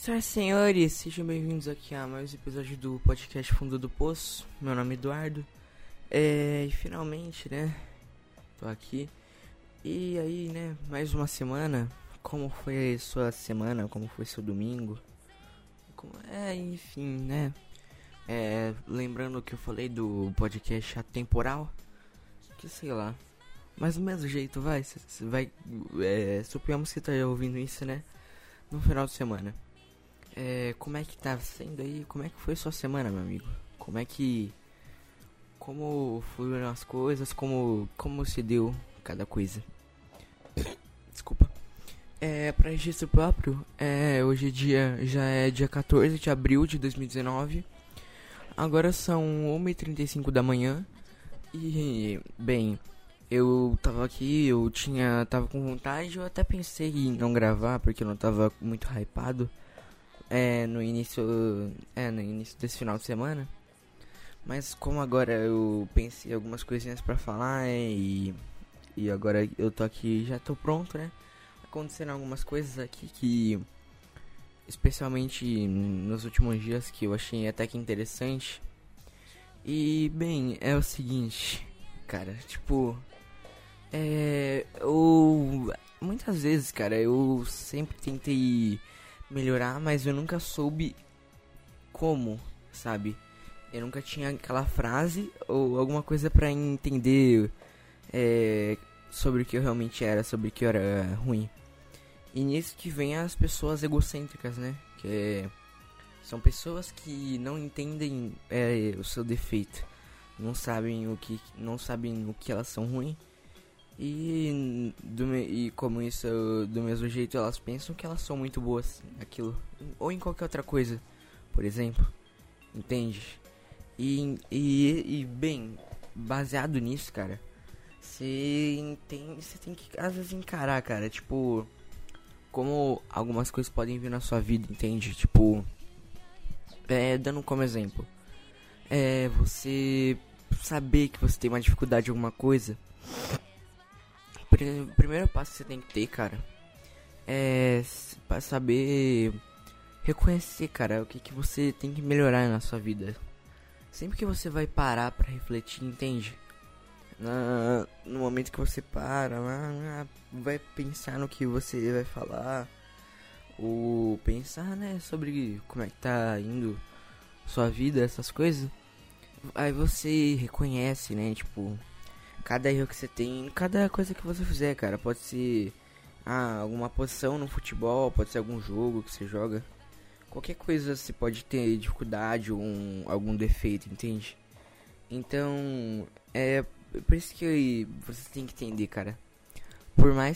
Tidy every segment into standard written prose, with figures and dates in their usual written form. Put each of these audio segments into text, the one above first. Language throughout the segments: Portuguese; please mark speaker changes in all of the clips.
Speaker 1: Senhoras e senhores, sejam bem-vindos aqui a mais um episódio do podcast Fundo do Poço. Meu nome é Eduardo. E finalmente, né, tô aqui. E aí, né, mais uma semana. Como foi a sua semana? Como foi seu domingo? Enfim, né. Lembrando que eu falei do podcast atemporal, que sei lá. Mas do mesmo jeito, você vai, suponhamos que tá ouvindo isso, né, no final de semana. Como é que tá sendo aí? Como é que foi sua semana, meu amigo? Como foram as coisas? Como se deu cada coisa? Desculpa. Pra registro próprio, hoje já é dia 14 de abril de 2019. Agora são 1h35 da manhã. E, bem, eu tava aqui, tava com vontade. Eu até pensei em não gravar porque eu não tava muito hypado no início desse final de semana. Mas como agora eu pensei em algumas coisinhas pra falar, e agora eu tô aqui, já tô pronto, né? Aconteceram algumas coisas aqui que, especialmente nos últimos dias, que eu achei até que interessante. E, bem, é o seguinte, cara, tipo, muitas vezes, cara, eu sempre tentei melhorar, mas eu nunca soube como, sabe? Eu nunca tinha aquela frase ou alguma coisa pra entender sobre o que eu realmente era, sobre o que eu era ruim. E nisso que vem as pessoas egocêntricas, né? São pessoas que não entendem o seu defeito, não sabem o que elas são ruins. E como isso, do mesmo jeito, elas pensam que elas são muito boas naquilo, ou em qualquer outra coisa, por exemplo, entende? E bem, baseado nisso, cara, você tem que às vezes encarar, cara, tipo, como algumas coisas podem vir na sua vida, entende? Tipo, dando como exemplo, você saber que você tem uma dificuldade em alguma coisa. O primeiro passo que você tem que ter, cara, pra saber reconhecer, cara, o que você tem que melhorar na sua vida. Sempre que você vai parar pra refletir, entende? No momento que você vai pensar no que você vai falar, ou pensar, né, sobre como é que tá indo sua vida, essas coisas. Aí você reconhece, né, tipo, cada erro que você tem, cada coisa que você fizer, cara. Pode ser alguma posição no futebol, pode ser algum jogo que você joga. Qualquer coisa você pode ter dificuldade ou algum defeito, entende? Então, por isso que você tem que entender, cara. Por mais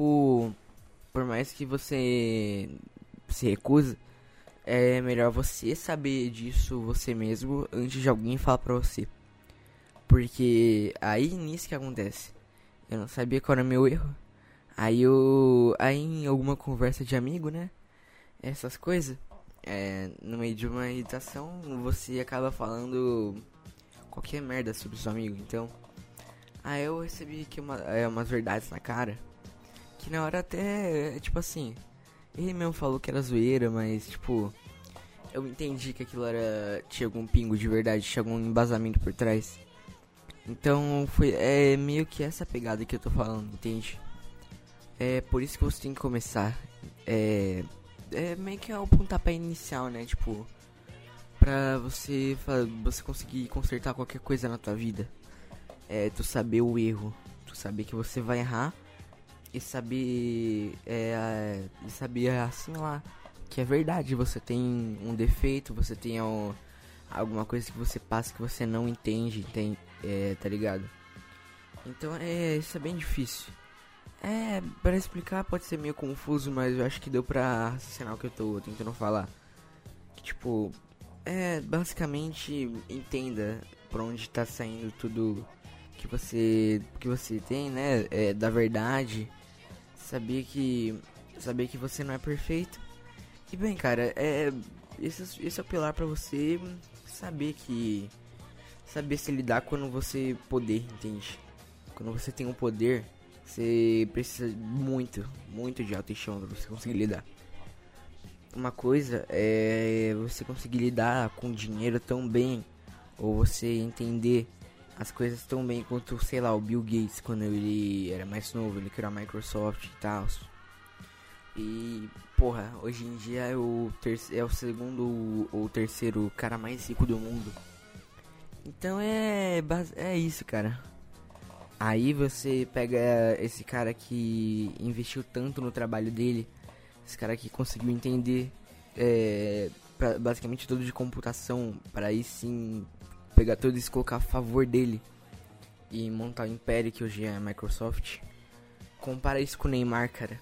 Speaker 1: que você se recusa, é melhor você saber disso você mesmo antes de alguém falar pra você. Porque aí nisso que acontece. Eu não sabia qual era o meu erro. Aí em alguma conversa de amigo, né? Essas coisas. No meio de uma irritação, você acaba falando qualquer merda sobre seu amigo. Então, aí eu recebi umas verdades na cara. Que na hora até, tipo assim, ele mesmo falou que era zoeira, mas tipo, eu entendi que aquilo tinha algum pingo de verdade, tinha algum embasamento por trás. Então meio que essa pegada que eu tô falando, entende? É por isso que você tem que começar. Meio que é o pontapé inicial, né? Tipo, pra você conseguir consertar qualquer coisa na tua vida. Tu saber o erro, tu saber que você vai errar e saber assimilar que é verdade, você tem um defeito, você tem alguma coisa que você passa que você não entende, tá ligado? Então isso é bem difícil. Pra explicar pode ser meio confuso, mas eu acho que deu pra raciocinar o que eu tô tentando falar. Que tipo, basicamente entenda por onde tá saindo tudo que você tem, né? Da verdade. Saber que você não é perfeito. E bem, cara, esse é o pilar pra você saber se lidar quando você poder, entende? Quando você tem um poder, você precisa muito de autoestima pra você conseguir lidar. uma coisa é você conseguir lidar com dinheiro tão bem, ou você entender as coisas tão bem quanto, sei lá, o Bill Gates, quando ele era mais novo, ele criou a Microsoft e tal. E, porra, hoje em dia é o segundo ou terceiro cara mais rico do mundo. Então é isso, cara. Aí você pega esse cara que investiu tanto no trabalho dele, esse cara que conseguiu entender basicamente tudo de computação, para aí sim pegar tudo isso e colocar a favor dele e montar o império que hoje é a Microsoft. Compara isso com o Neymar, cara.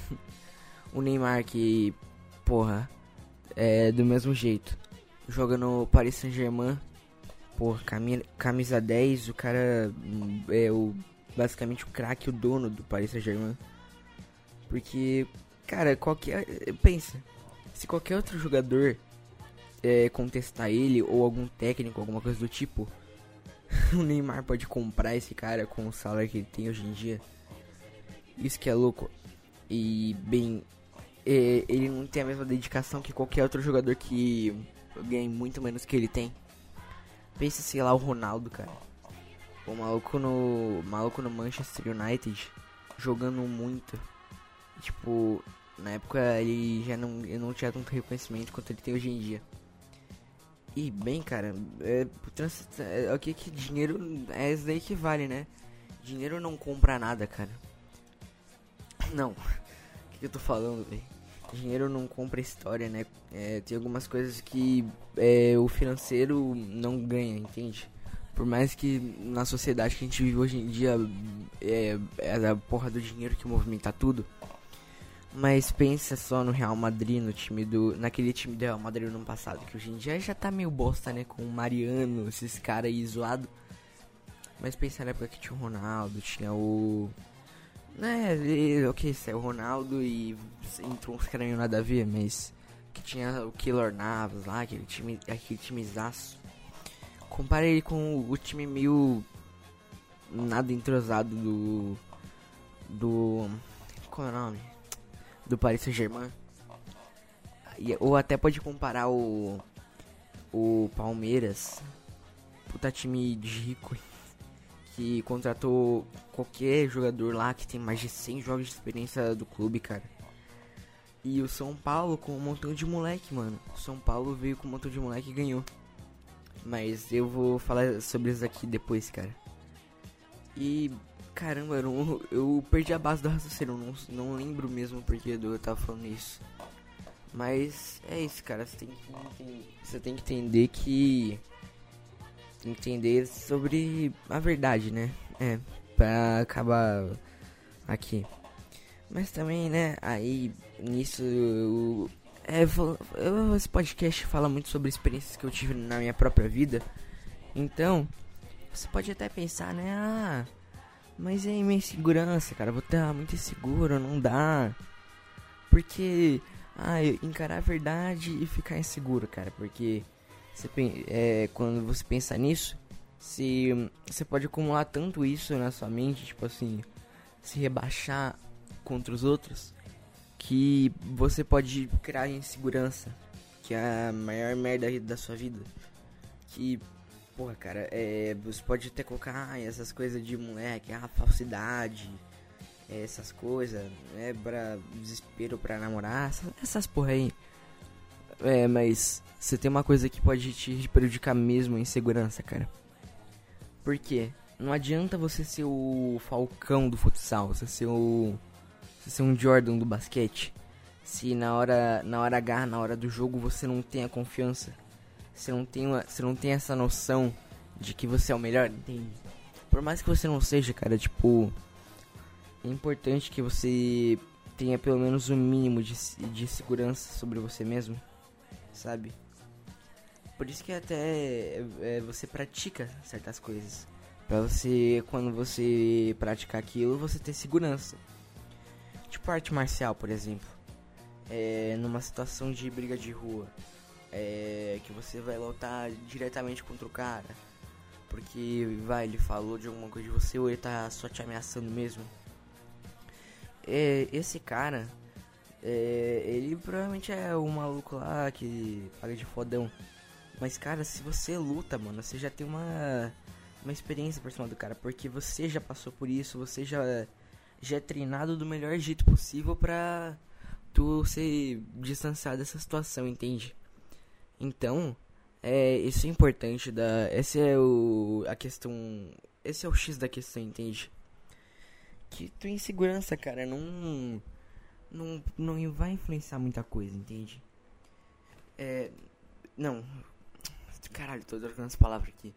Speaker 1: O Neymar que, porra, é do mesmo jeito. Joga no Paris Saint-Germain, porra, camisa 10, o cara é basicamente o craque, o dono do Paris Saint-Germain. Porque, cara, pensa, se qualquer outro jogador contestar ele, ou algum técnico, alguma coisa do tipo, o Neymar pode comprar esse cara com o salário que ele tem hoje em dia. Isso que é louco. E, bem, ele não tem a mesma dedicação que qualquer outro jogador que ganha muito menos que ele tem. Pensa, sei lá, o Ronaldo, cara. O maluco no Manchester United, jogando muito. Tipo, na época ele já não tinha tanto reconhecimento quanto ele tem hoje em dia. E bem, cara, o que dinheiro é isso daí que vale, né? Dinheiro não compra nada, cara. Não, o que eu tô falando, velho? Dinheiro não compra história, né? Tem algumas coisas que o financeiro não ganha, entende? Por mais que na sociedade que a gente vive hoje em dia é a porra do dinheiro que movimenta tudo. Mas pensa só no Real Madrid, naquele time do Real Madrid no ano passado, que hoje em dia já tá meio bosta, né? Com o Mariano, esses caras aí zoado. Mas pensa na época que tinha o Ronaldo, tinha o... saiu o Ronaldo e entrou uns caras nada a ver, mas... Que tinha o Keylor Navas lá, aquele timezaço. Compara ele com o time meio... Nada entrosado do... Qual é o nome? Do Paris Saint-Germain. Ou até pode comparar o Palmeiras. Puta time de rico, que contratou qualquer jogador lá que tem mais de 100 jogos de experiência do clube, cara. E o São Paulo com um montão de moleque, mano. O São Paulo veio com um montão de moleque e ganhou. Mas eu vou falar sobre isso aqui depois, cara. E... Caramba, eu perdi a base do raciocínio, não lembro mesmo porque eu tava falando isso. Mas é isso, cara, você tem que entender que... Tem que entender sobre a verdade, né? Pra acabar aqui. Mas também, né, aí, nisso, esse podcast fala muito sobre experiências que eu tive na minha própria vida. Então, você pode até pensar, né, mas é minha insegurança, cara, vou estar muito inseguro, não dá. Porque, encarar a verdade e ficar inseguro, cara, porque quando você pensa nisso, você pode acumular tanto isso na sua mente, tipo assim, se rebaixar contra os outros, que você pode criar insegurança, que é a maior merda da sua vida. Que... Porra, cara, você pode até colocar essas coisas de moleque, falsidade, essas coisas, pra desespero pra namorar, essas porra aí. Mas você tem uma coisa que pode te prejudicar mesmo, a insegurança, cara. Por quê? Não adianta você ser o Falcão do futsal, você ser um Jordan do basquete, se na hora H, na hora do jogo, você não tem a confiança. Você não tem essa noção de que você é o melhor, entende? Por mais que você não seja, cara, tipo... É importante que você tenha pelo menos o mínimo de segurança sobre você mesmo, sabe? Por isso que até você pratica certas coisas. Pra você, quando você praticar aquilo, você ter segurança. Tipo arte marcial, por exemplo. Numa situação de briga de rua. Que você vai lutar diretamente contra o cara, porque ele falou de alguma coisa de você, ou ele tá só te ameaçando mesmo. Esse cara, Ele provavelmente é o maluco lá que paga de fodão. Mas, cara, se você luta, mano, você já tem uma experiência por cima do cara. Porque você já passou por isso, você já é treinado do melhor jeito possível pra tu se distanciar dessa situação, entende? Então, isso é importante. Essa é a questão. Esse é o X da questão, entende? Que tua insegurança, cara, não vai influenciar muita coisa, entende? Não. Caralho, tô trocando as palavras aqui.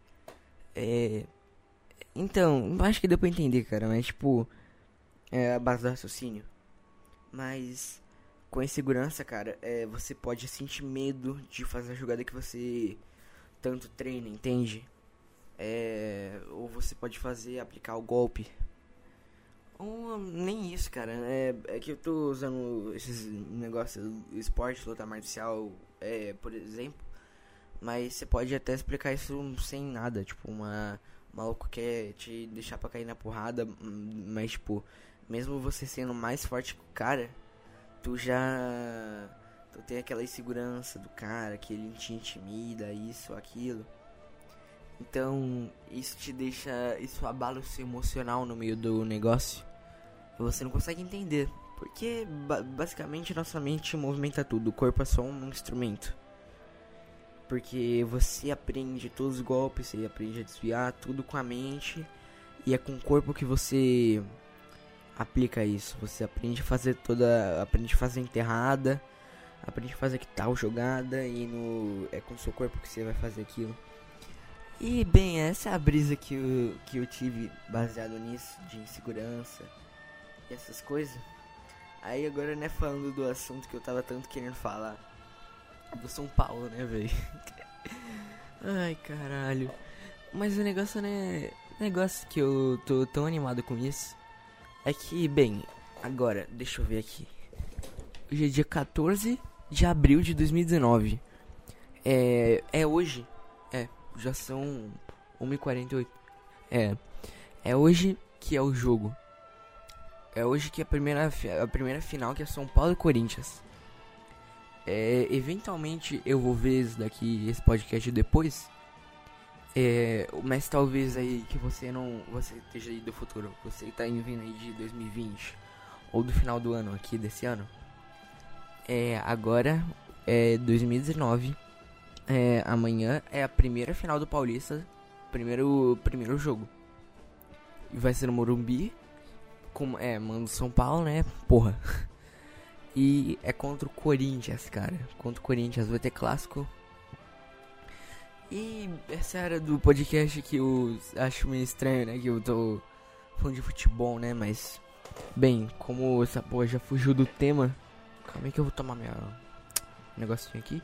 Speaker 1: Então, acho que deu pra entender, cara, mas tipo, é a base do raciocínio. Mas com a insegurança, cara, você pode sentir medo de fazer a jogada que você tanto treina, entende? Ou você pode aplicar o golpe. Ou nem isso, cara. É que eu tô usando esses negócios, esporte, luta marcial, por exemplo. Mas você pode até explicar isso sem nada. Tipo, maluco quer te deixar pra cair na porrada. Mas, tipo, mesmo você sendo mais forte que o cara, tu tem aquela insegurança do cara, que ele te intimida, isso, aquilo. Então, isso abala o seu emocional no meio do negócio. E você não consegue entender. Porque, basicamente, nossa mente movimenta tudo. O corpo é só um instrumento. Porque você aprende todos os golpes, você aprende a desviar tudo com a mente. E é com o corpo que você aplica isso. Você aprende a fazer aprende a fazer enterrada, aprende a fazer que tal jogada. E é com o seu corpo que você vai fazer aquilo. E bem, essa é a brisa que eu tive baseado nisso, de insegurança e essas coisas. Aí agora, né, falando do assunto que eu tava tanto querendo falar, do São Paulo, né, velho? Ai, caralho. Mas o negócio, né, negócio que eu tô tão animado com isso é que, bem, agora, deixa eu ver aqui. Hoje é dia 14 de abril de 2019. É hoje. Já são 1h48. É hoje que é o jogo. É hoje que é a primeira final, que é São Paulo e Corinthians. Eventualmente eu vou ver esse podcast depois. Mas talvez aí que você esteja aí do futuro. Você tá vindo aí de 2020 ou do final do ano aqui desse ano. Agora é 2019. Amanhã é a primeira final do Paulista. Primeiro jogo. E vai ser no Morumbi. Mano, São Paulo, né? Porra. E é contra o Corinthians, cara. Contra o Corinthians, vai ter clássico. E essa era do podcast que eu acho meio estranho, né? Que eu tô falando de futebol, né? Mas, bem, como essa porra já fugiu do tema. Calma aí que eu vou tomar meu negocinho aqui.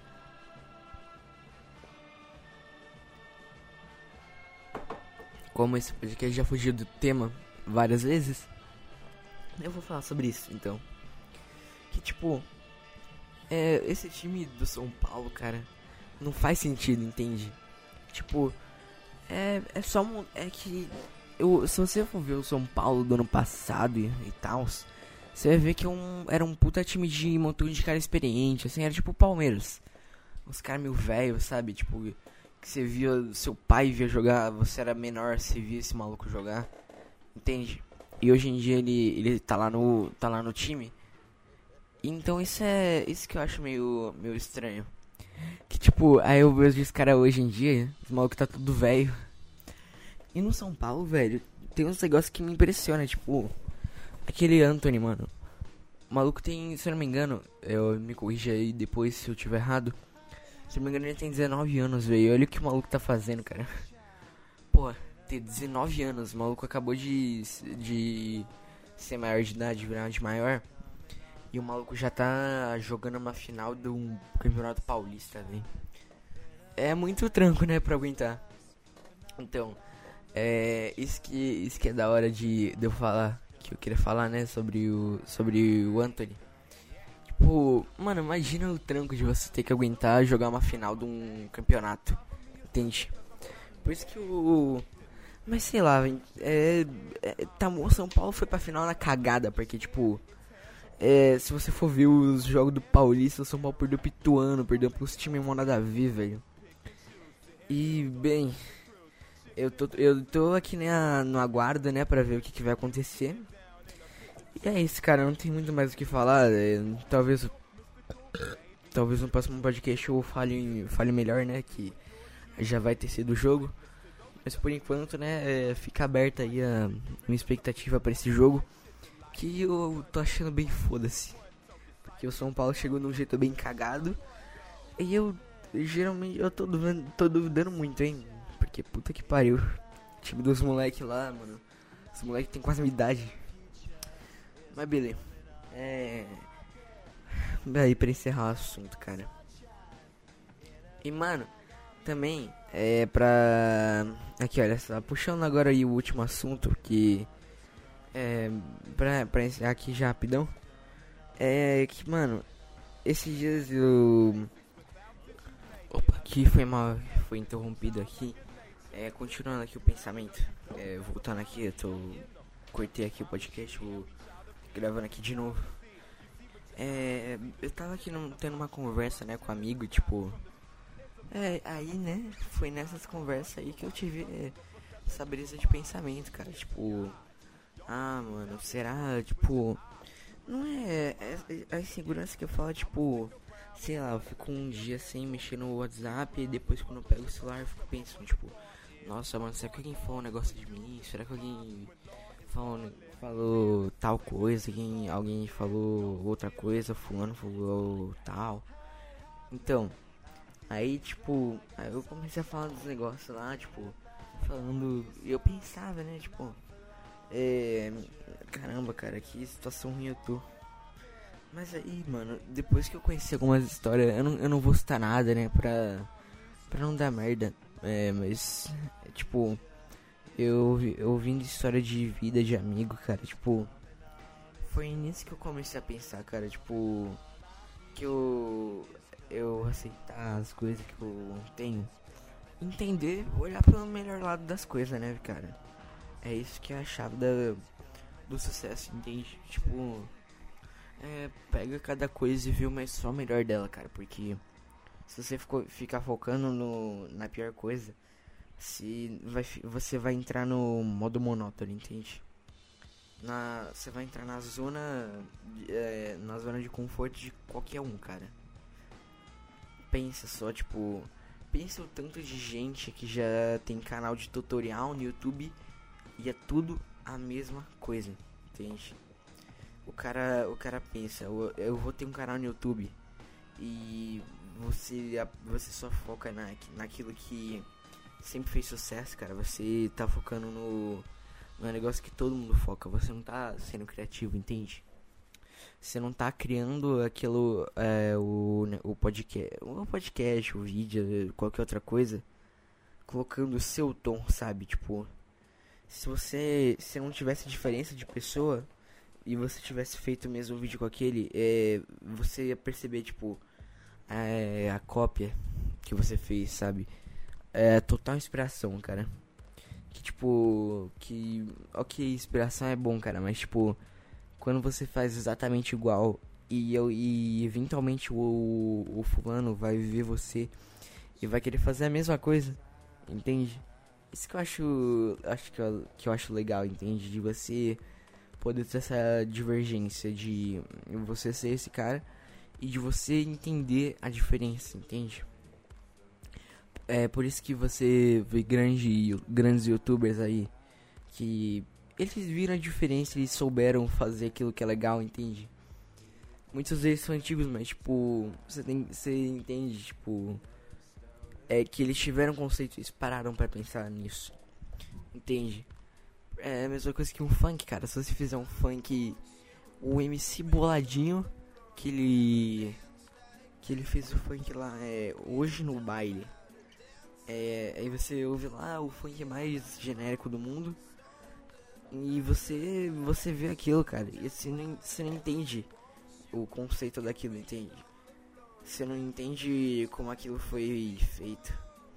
Speaker 1: Como esse podcast já fugiu do tema várias vezes, eu vou falar sobre isso, então. Que tipo, esse time do São Paulo, cara, não faz sentido, entende? Tipo, é só que se você for ver o São Paulo do ano passado e tal, você vai ver que era um puta time de montão de cara experiente, assim, era tipo o Palmeiras. Uns caras meio velhos, sabe? Tipo, que você via, seu pai via jogar, você era menor, você via esse maluco jogar, entende? E hoje em dia ele tá lá no time. Então isso que eu acho meio estranho. Que tipo, aí eu vejo os caras hoje em dia, os malucos tá tudo velho. E no São Paulo, velho, tem uns negócios que me impressionam, tipo, aquele Anthony, mano. O maluco tem, se eu não me engano, eu me corrija aí depois se eu tiver errado. Se eu não me engano, ele tem 19 anos, velho. Olha o que o maluco tá fazendo, cara. Porra, ter 19 anos, o maluco acabou de ser maior de idade, virar de maior. E o maluco já tá jogando uma final do Campeonato Paulista, velho. É muito tranco, né, pra aguentar. Então, isso que é da hora de eu falar, que eu queria falar, né, sobre o Anthony. Tipo, mano, imagina o tranco de você ter que aguentar jogar uma final de um campeonato, entende? Por isso que mas sei lá, velho, o São Paulo foi pra final na cagada, porque, tipo, Se você for ver os jogos do Paulista, o São Paulo perdeu pro Ituano, perdeu pros times mó nada a ver, velho. E, bem, eu tô aqui no aguardo, né, pra ver o que vai acontecer. E é isso, cara, não tem muito mais o que falar. Talvez no próximo podcast eu fale melhor, né, que já vai ter sido o jogo. Mas por enquanto, né, fica aberta aí a minha expectativa pra esse jogo, que eu tô achando bem foda-se. Porque o São Paulo chegou de um jeito bem cagado. E geralmente eu tô duvidando muito, hein. Porque puta que pariu. O time dos moleque lá, mano. Os moleque tem quase a minha idade. Mas beleza. Daí pra encerrar o assunto, cara. E mano, também aqui, olha só, puxando agora aí o último assunto que pra encerrar aqui já rapidão. Que, mano, esses dias que foi interrompido aqui. Continuando aqui o pensamento. Voltando aqui, cortei aqui o podcast, vou gravando aqui de novo. Eu tava aqui tendo uma conversa, né, com um amigo, tipo. Aí, né, foi nessas conversas aí que eu tive essa brisa de pensamento, cara. Tipo, mano, será, tipo. Não é a insegurança que eu falo, tipo, sei lá, eu fico um dia sem mexer no WhatsApp e depois quando eu pego o celular eu fico pensando, tipo, nossa, mano, será que alguém falou um negócio de mim? Será que alguém falou tal coisa? Alguém falou outra coisa? Fulano falou tal. Então, aí, tipo, aí eu comecei a falar dos negócios lá, tipo, falando. E eu pensava, né, tipo, caramba, cara, que situação ruim eu tô. Mas aí, mano, depois que eu conheci algumas histórias, eu não vou citar nada, né, pra não dar merda. Mas, tipo, eu ouvindo história de vida de amigo, cara, tipo, foi nisso que eu comecei a pensar, cara, tipo, que eu aceitar as coisas que eu tenho, entender, olhar pelo melhor lado das coisas, né, cara. É isso que é a chave do sucesso, entende? Tipo, pega cada coisa e vê só o melhor dela, cara, porque se você ficar focando na pior coisa, você vai entrar no modo monótono, entende? Você vai entrar na zona de conforto de qualquer um, cara. Pensa só, tipo, pensa o tanto de gente que já tem canal de tutorial no YouTube e é tudo a mesma coisa, entende? O cara pensa, eu vou ter um canal no YouTube e você só foca naquilo que sempre fez sucesso, cara. Você tá focando no negócio que todo mundo foca. Você não tá sendo criativo, entende? Você não tá criando aquilo, o podcast, o vídeo, qualquer outra coisa, colocando o seu tom, sabe? Tipo, se não tivesse diferença de pessoa e você tivesse feito o mesmo vídeo com aquele, você ia perceber, tipo, a cópia que você fez, sabe? Total inspiração, cara. Que tipo, ok, inspiração é bom, cara, mas tipo, quando você faz exatamente igual e eventualmente o fulano vai ver você e vai querer fazer a mesma coisa, entende? Isso que eu que eu acho legal, entende? De você poder ter essa divergência de você ser esse cara e de você entender a diferença, entende? É por isso que você vê grandes youtubers aí que eles viram a diferença e souberam fazer aquilo que é legal, entende? Muitos deles são antigos, mas tipo, você entende, tipo, que eles tiveram conceito e eles pararam pra pensar nisso, entende? É a mesma coisa que um funk, cara. Se você fizer um funk, o MC Boladinho, que ele fez o funk lá, hoje no baile. Aí você ouve lá o funk mais genérico do mundo e você vê aquilo, cara, e você não entende o conceito daquilo, entende? Você não entende como aquilo foi feito.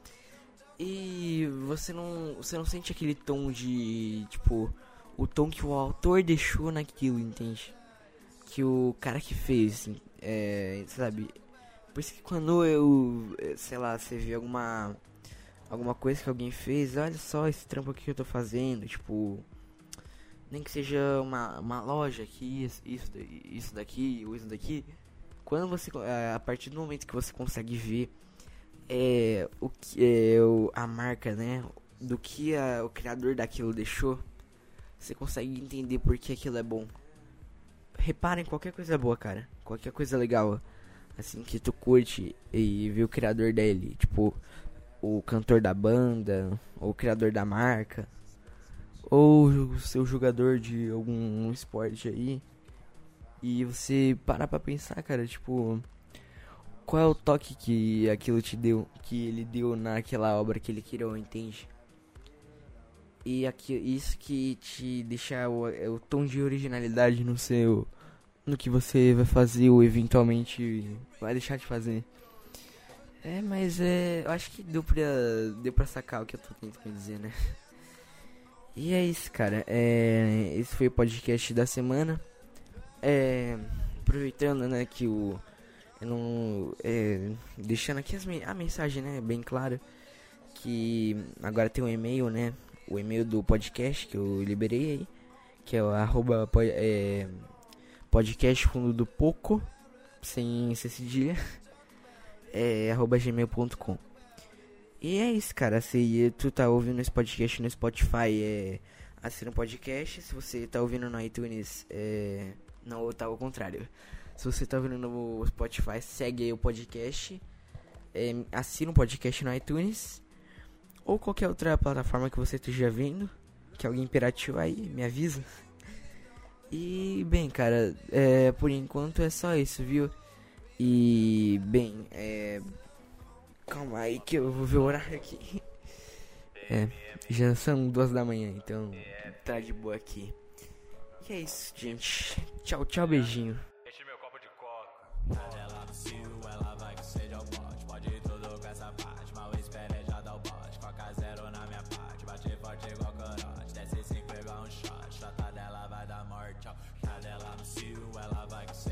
Speaker 1: E você não sente aquele tom de, tipo, o tom que o autor deixou naquilo, entende? que o cara que fez, sabe? Por isso que quando eu, sei lá, você vê alguma coisa que alguém fez, olha só esse trampo aqui que eu tô fazendo, tipo, nem que seja uma loja aqui, isso daqui, ou isso daqui. Quando você, a partir do momento que você consegue ver o que a marca, né, do que o criador daquilo deixou, você consegue entender por que aquilo é bom. Reparem qualquer coisa boa, cara, qualquer coisa legal, assim, que tu curte e vê o criador dele, tipo, o cantor da banda, ou o criador da marca, ou o seu jogador de algum esporte aí. E você parar pra pensar, cara, tipo, qual é o toque que aquilo te deu, que ele deu naquela obra que ele criou, entende? E isso que te deixa o tom de originalidade no que você vai fazer ou eventualmente vai deixar de fazer. Mas eu acho que deu pra sacar o que eu tô tentando dizer, né? E é isso, cara. Esse foi o podcast da semana. Aproveitando, né, que deixando aqui a mensagem, né, bem clara, que agora tem um e-mail, né, o e-mail do podcast que eu liberei aí, que é o podcast fundo do pouco, sem cedilha, @gmail.com. E é isso, cara. Se tu tá ouvindo esse podcast no Spotify, assina o podcast. Se você tá ouvindo no iTunes, não, tá ao contrário. Se você tá ouvindo no Spotify, segue aí o podcast, assina o podcast no iTunes ou qualquer outra plataforma que você esteja vendo, que alguém pirateou aí, me avisa. E, bem, cara, por enquanto é só isso, viu? E, bem, calma aí que eu vou ver o horário aqui. Já são 2 da manhã, então tá de boa aqui. E é isso, gente. Tchau, tchau, beijinho.
Speaker 2: Enche meu copo de coca. Ela no cio, ela vai que seja o bote. Pode ir tudo com essa parte, mal espere já dá o bote. Coca zero na minha parte, bate forte igual corote. Desce 5 igual um shot, shota dela vai dar morte. Ó. Cadela no cio, ela vai que seja